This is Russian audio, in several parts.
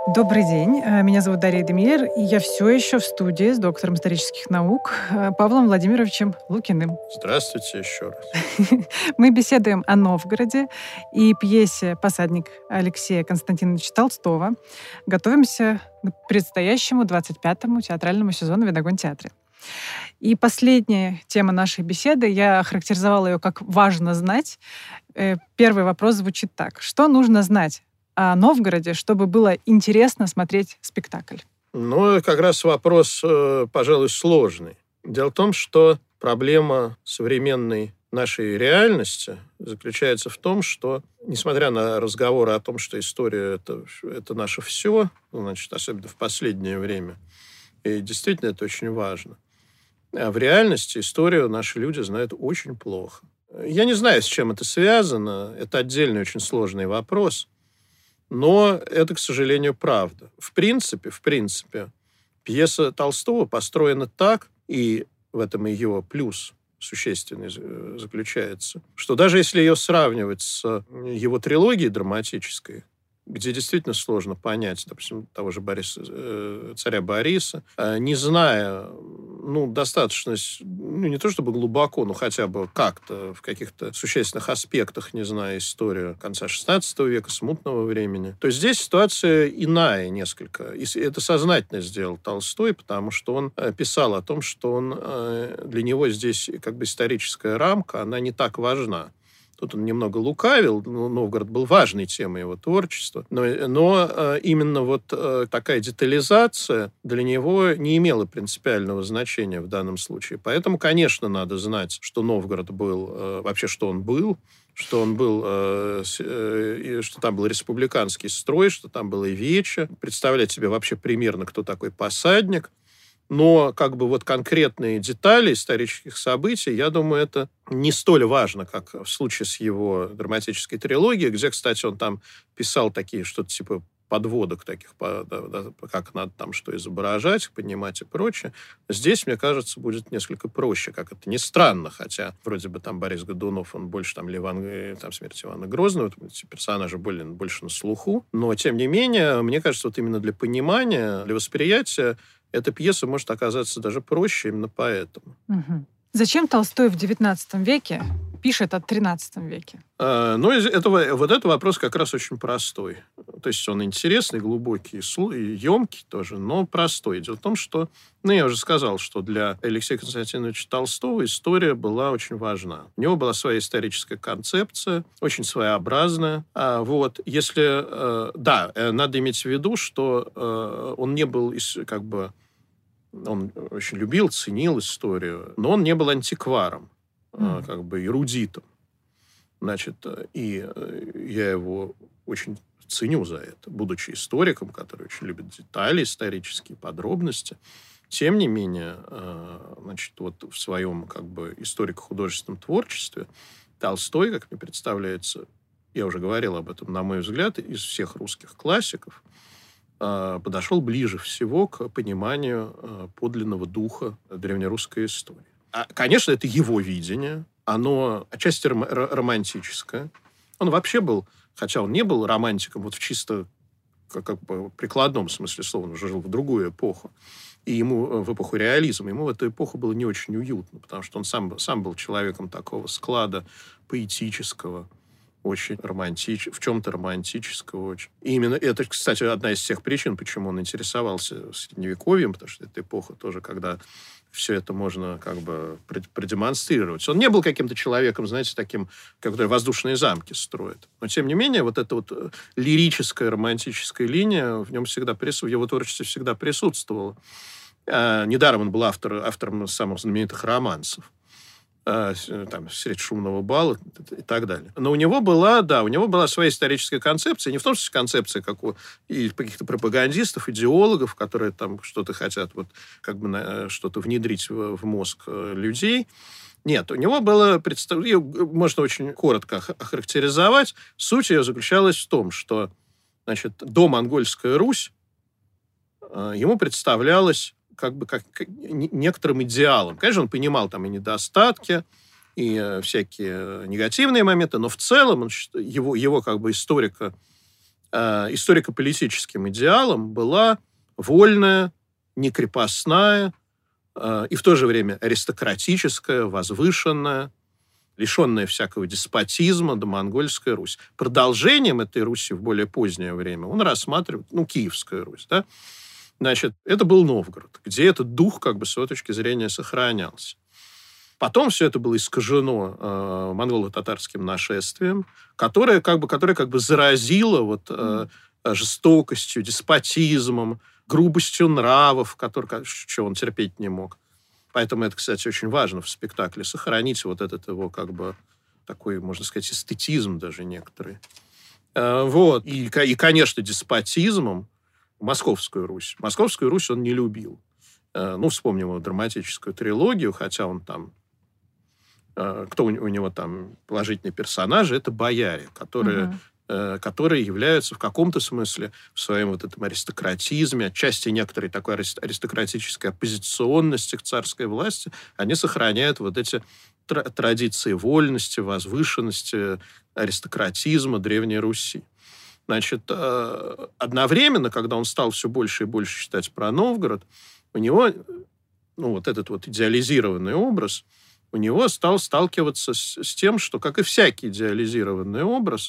Добрый день. Меня зовут Дарья Демир, и я все еще в студии с доктором исторических наук Павлом Владимировичем Лукиным. Здравствуйте еще раз. Мы беседуем о Новгороде и пьесе «Посадник» Алексея Константиновича Толстого. Готовимся к предстоящему 25-му театральному сезону в Видогон-театре. И последняя тема нашей беседы, я охарактеризовала ее как «важно знать». Первый вопрос звучит так. Что нужно знать о Новгороде, чтобы было интересно смотреть спектакль? Ну, как раз вопрос, пожалуй, сложный. Дело в том, что проблема современной нашей реальности заключается в том, что, несмотря на разговоры о том, что история это наше все, значит, особенно в последнее время, и действительно это очень важно, а в реальности историю наши люди знают очень плохо. Я не знаю, с чем это связано, это отдельный очень сложный вопрос, но это, к сожалению, правда. В принципе, пьеса Толстого построена так, и в этом ее плюс существенный заключается, что даже если ее сравнивать с его трилогией драматической, где действительно сложно понять, допустим, того же царя Бориса, не зная, достаточно, не то чтобы глубоко, но хотя бы как-то в каких-то существенных аспектах, не зная историю конца XVI века, смутного времени, то здесь ситуация иная несколько. И это сознательно сделал Толстой, потому что он писал о том, что для него здесь как бы историческая рамка, она не так важна. Тут он немного лукавил, Новгород был важной темой его творчества, но именно вот такая детализация для него не имела принципиального значения в данном случае. Поэтому, конечно, надо знать, что Новгород был, вообще, что он был, что там был республиканский строй, что там было вече, представлять себе вообще примерно, кто такой посадник. Но как бы вот конкретные детали исторических событий, я думаю, это не столь важно, как в случае с его драматической трилогией, где, кстати, он там писал такие что-то типа подводок таких, как надо там что изображать, понимать и прочее. Здесь, мне кажется, будет несколько проще, как это ни странно, хотя вроде бы там Борис Годунов, он больше там смерть Ивана Грозного, эти персонажи больше на слуху, но, тем не менее, мне кажется, вот именно для понимания, для восприятия эта пьеса может оказаться даже проще именно поэтому. Угу. Зачем Толстой в XIX веке пишет о XIII веке? Это вопрос как раз очень простой. То есть он интересный, глубокий, и емкий тоже, но простой. Дело в том, что, я уже сказал, что для Алексея Константиновича Толстого история была очень важна. У него была своя историческая концепция, очень своеобразная. Надо иметь в виду, что он не был он очень любил, ценил историю, но он не был антикваром, эрудитом. И я его очень ценю за это, будучи историком, который очень любит детали исторические, подробности. Тем не менее, в своем историко-художественном творчестве Толстой, как мне представляется, я уже говорил об этом, на мой взгляд, из всех русских классиков, подошел ближе всего к пониманию подлинного духа древнерусской истории. Конечно, это его видение, оно отчасти романтическое. Он вообще был, хотя он не был романтиком, в чисто прикладном смысле слова, он уже жил в другую эпоху, и ему в эпоху реализма, ему в эту эпоху было не очень уютно, потому что он сам был человеком такого склада поэтического, очень в чем-то романтического. Очень. И именно это, кстати, одна из всех причин, почему он интересовался Средневековьем, потому что это эпоха тоже, когда все это можно продемонстрировать. Он не был каким-то человеком, таким, который воздушные замки строит. Но, тем не менее, вот эта лирическая, романтическая линия в нем всегда в его творчестве всегда присутствовала. Недаром он был автором самых знаменитых романсов. «Средь шумного бала» и так далее. Но у него была своя историческая концепция, не в том числе концепция, как у каких-то пропагандистов, идеологов, которые там что-то хотят что-то внедрить в мозг людей. Нет, у него было можно очень коротко охарактеризовать. Суть ее заключалась в том, что, домонгольская Русь ему представлялась как некоторым идеалом. Конечно, он понимал там и недостатки, и всякие негативные моменты, но в целом его историко историко-политическим идеалом была вольная, некрепостная и в то же время аристократическая, возвышенная, лишенная всякого деспотизма домонгольская Русь. Продолжением этой Руси в более позднее время он рассматривает, Киевская Русь, да? Значит, это был Новгород, где этот дух, с его точки зрения, сохранялся. Потом все это было искажено монголо-татарским нашествием, которое заразило жестокостью, деспотизмом, грубостью нравов, чего он терпеть не мог. Поэтому это, кстати, очень важно в спектакле, сохранить этот его, такой, можно сказать, эстетизм даже некоторый. И, конечно, деспотизмом Московскую Русь. Московскую Русь он не любил. Вспомним его драматическую трилогию, хотя он там... Кто у него там положительные персонажи? Это бояре, которые являются в каком-то смысле в своем этом аристократизме, отчасти некоторой такой аристократической оппозиционности к царской власти, они сохраняют эти традиции вольности, возвышенности, аристократизма Древней Руси. Значит, одновременно, когда он стал все больше и больше читать про Новгород, у него, этот идеализированный образ, у него стал сталкиваться с тем, что, как и всякий идеализированный образ,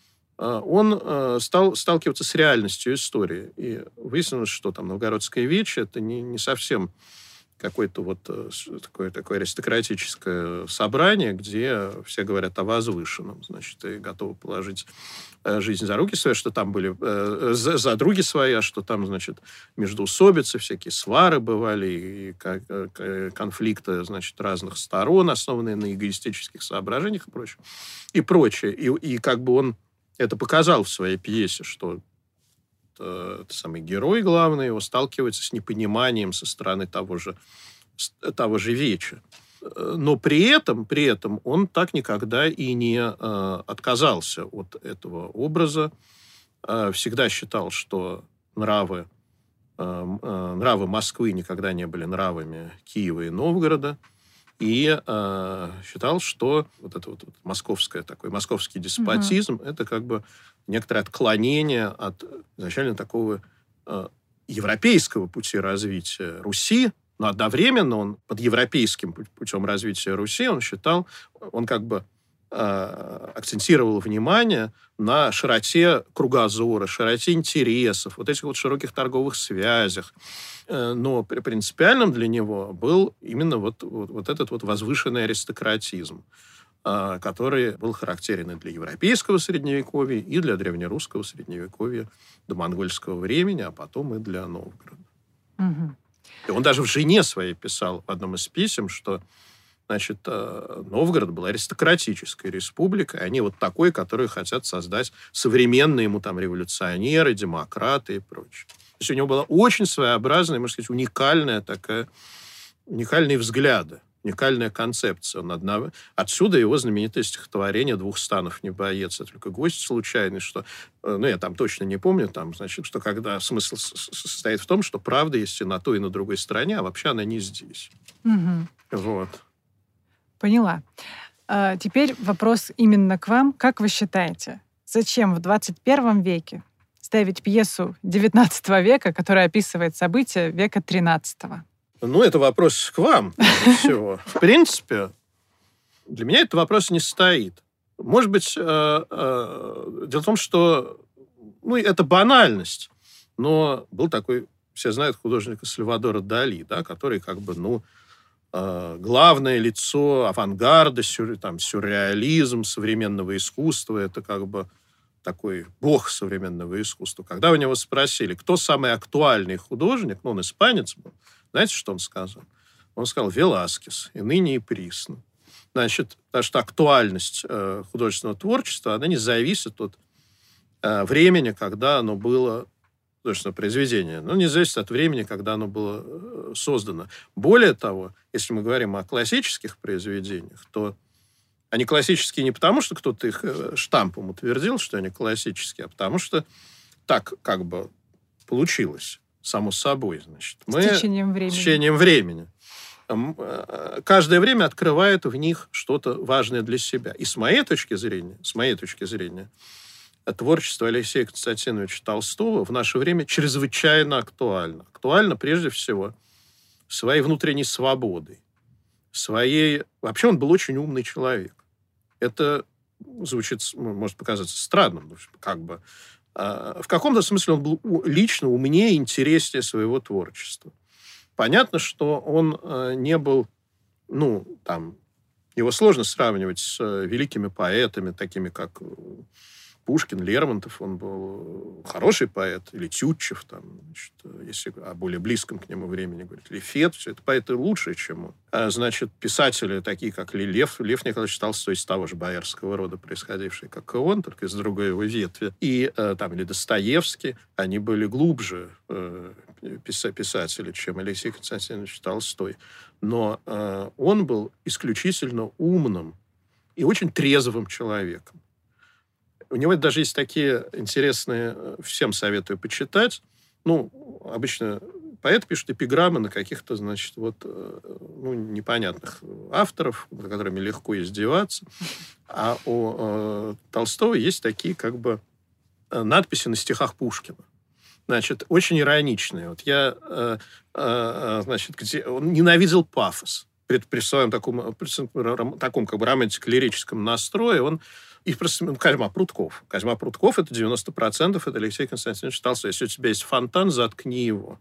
он стал сталкиваться с реальностью истории. И выяснилось, что там Новгородское вече это не совсем какое-то такое аристократическое собрание, где все говорят о возвышенном, значит, и готовы положить жизнь за руки свои, что там были за други свои, а что там, значит, междоусобицы, всякие свары бывали, и конфликты, значит, разных сторон, основанные на эгоистических соображениях и прочее. И он это показал в своей пьесе, что самый герой главный его сталкивается с непониманием со стороны того же веча. Но при этом он так никогда и не отказался от этого образа. Всегда считал, что нравы Москвы никогда не были нравами Киева и Новгорода. И считал, что московский деспотизм это некоторое отклонение от изначально такого европейского пути развития Руси, но одновременно он под европейским путем развития Руси он акцентировал внимание на широте кругозора, широте интересов, этих широких торговых связях. Но принципиальным для него был именно этот возвышенный аристократизм, который был характерен и для европейского средневековья, и для древнерусского средневековья до монгольского времени, а потом и для Новгорода. Угу. И он даже в «Жене» своей писал в одном из писем, что, значит, Новгород был аристократической республикой, они такой, который хотят создать современные ему там революционеры, демократы и прочее. То есть у него была очень своеобразная, можно сказать, уникальные взгляды, уникальная концепция. Отсюда его знаменитое стихотворение «Двух станов не боец». Это только гость случайный, что... я там точно не помню, что когда смысл состоит в том, что правда есть и на той, и на другой стороне, а вообще она не здесь. Угу. Поняла. Теперь вопрос именно к вам. Как вы считаете, зачем в 21 веке ставить пьесу XIX века, которая описывает события века XIII? Это вопрос к вам, прежде всего. В принципе, для меня этот вопрос не стоит. Может быть, дело в том, что это банальность, но был такой, все знают художника Сальвадора Дали, да, который главное лицо авангарда, сюрреализм современного искусства, это такой бог современного искусства. Когда у него спросили, кто самый актуальный художник, он испанец был, знаете, что он сказал? Он сказал Веласкес, и ныне и присно. Значит, потому что актуальность художественного творчества, она не зависит от времени, когда оно было, художественное произведение, не зависит от времени, когда оно было создано. Более того, если мы говорим о классических произведениях, то они классические не потому, что кто-то их штампом утвердил, что они классические, а потому что так получилось, само собой. Значит. С течением времени. Каждое время открывает в них что-то важное для себя. И с моей точки зрения, творчество Алексея Константиновича Толстого в наше время чрезвычайно актуально. Актуально прежде всего своей внутренней свободой. Вообще он был очень умный человек. Это звучит, может показаться странным. В каком-то смысле он был лично умнее и интереснее своего творчества. Понятно, что он не был, его сложно сравнивать с великими поэтами, такими как Пушкин, Лермонтов. Он был хороший поэт, или Тютчев, если о более близком к нему времени говорить, или Фет. Все это поэты лучше, чем он. Писатели, такие как Лев Николаевич Толстой, из того же боярского рода происходивший, как и он, только из другой его ветви. Или Достоевский, они были глубже писатели, чем Алексей Константинович Толстой. Но он был исключительно умным и очень трезвым человеком. У него даже есть такие интересные, всем советую почитать. Обычно поэты пишут эпиграммы на каких-то, непонятных авторов, над которыми легко издеваться. А у Толстого есть такие, надписи на стихах Пушкина. Очень ироничные. Где он ненавидел пафос. При своем таком романтико-лирическом настрое Козьма Прутков. Козьма Прутков — это 90%, это Алексей Константинович Толстой. Если у тебя есть фонтан, заткни его.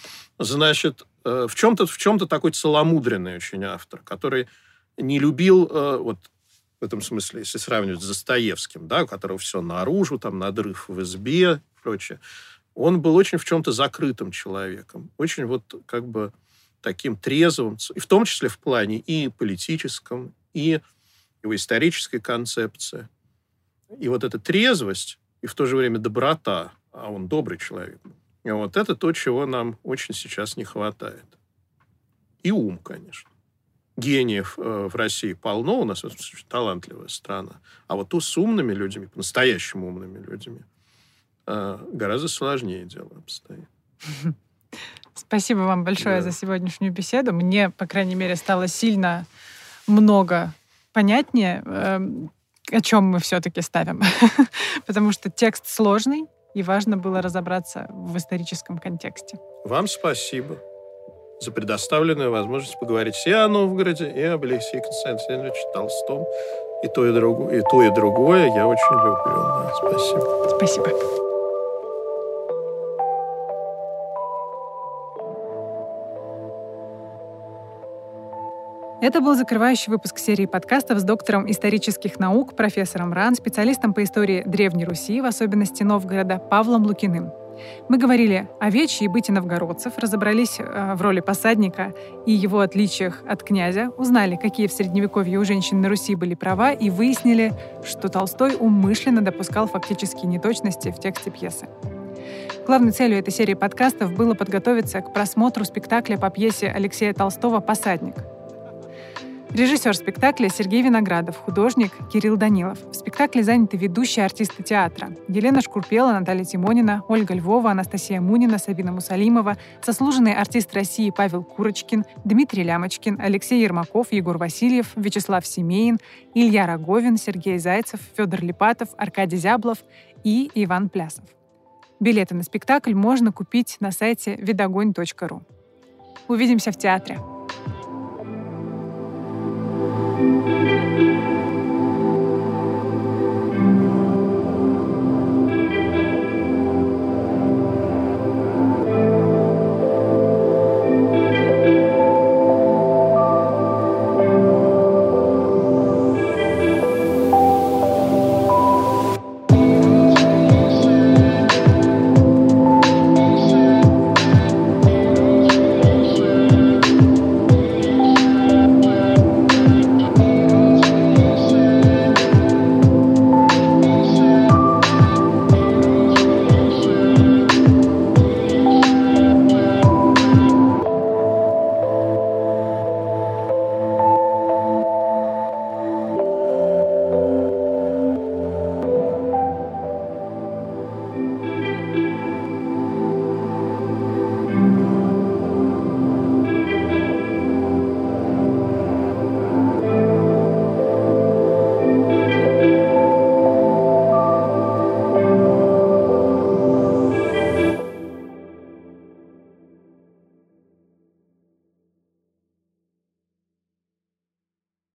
В чем-то такой целомудренный очень автор, который не любил, в этом смысле, если сравнивать с Достоевским, у которого все наружу, надрыв в избе и прочее. Он был очень в чем-то закрытым человеком. Очень таким трезвым, и в том числе в плане и политическом, и его исторической концепции. И эта трезвость, и в то же время доброта, а он добрый человек, это то, чего нам очень сейчас не хватает. И ум, конечно. Гениев в России полно, у нас очень талантливая страна. А то с умными людьми, по-настоящему умными людьми, гораздо сложнее дело обстоит. Спасибо вам большое за сегодняшнюю беседу. Мне, по крайней мере, стало сильно много понятнее, о чем мы все-таки ставим. Потому что текст сложный, и важно было разобраться в историческом контексте. Вам спасибо за предоставленную возможность поговорить и о Новгороде, и об Алексее Константиновиче Толстом. И то, и другое я очень люблю. Да, спасибо. Спасибо. Это был закрывающий выпуск серии подкастов с доктором исторических наук, профессором РАН, специалистом по истории Древней Руси, в особенности Новгорода, Павлом Лукиным. Мы говорили о вече и быте новгородцев, разобрались в роли посадника и его отличиях от князя, узнали, какие в Средневековье у женщин на Руси были права, и выяснили, что Толстой умышленно допускал фактические неточности в тексте пьесы. Главной целью этой серии подкастов было подготовиться к просмотру спектакля по пьесе Алексея Толстого «Посадник». Режиссер спектакля Сергей Виноградов, художник Кирилл Данилов. В спектакле заняты ведущие артисты театра: Елена Шкурпела, Наталья Тимонина, Ольга Львова, Анастасия Мунина, Сабина Мусалимова, заслуженный артист России Павел Курочкин, Дмитрий Лямочкин, Алексей Ермаков, Егор Васильев, Вячеслав Семеин, Илья Роговин, Сергей Зайцев, Федор Липатов, Аркадий Зяблов и Иван Плясов. Билеты на спектакль можно купить на сайте vidogony.ru. Увидимся в театре. Thank you.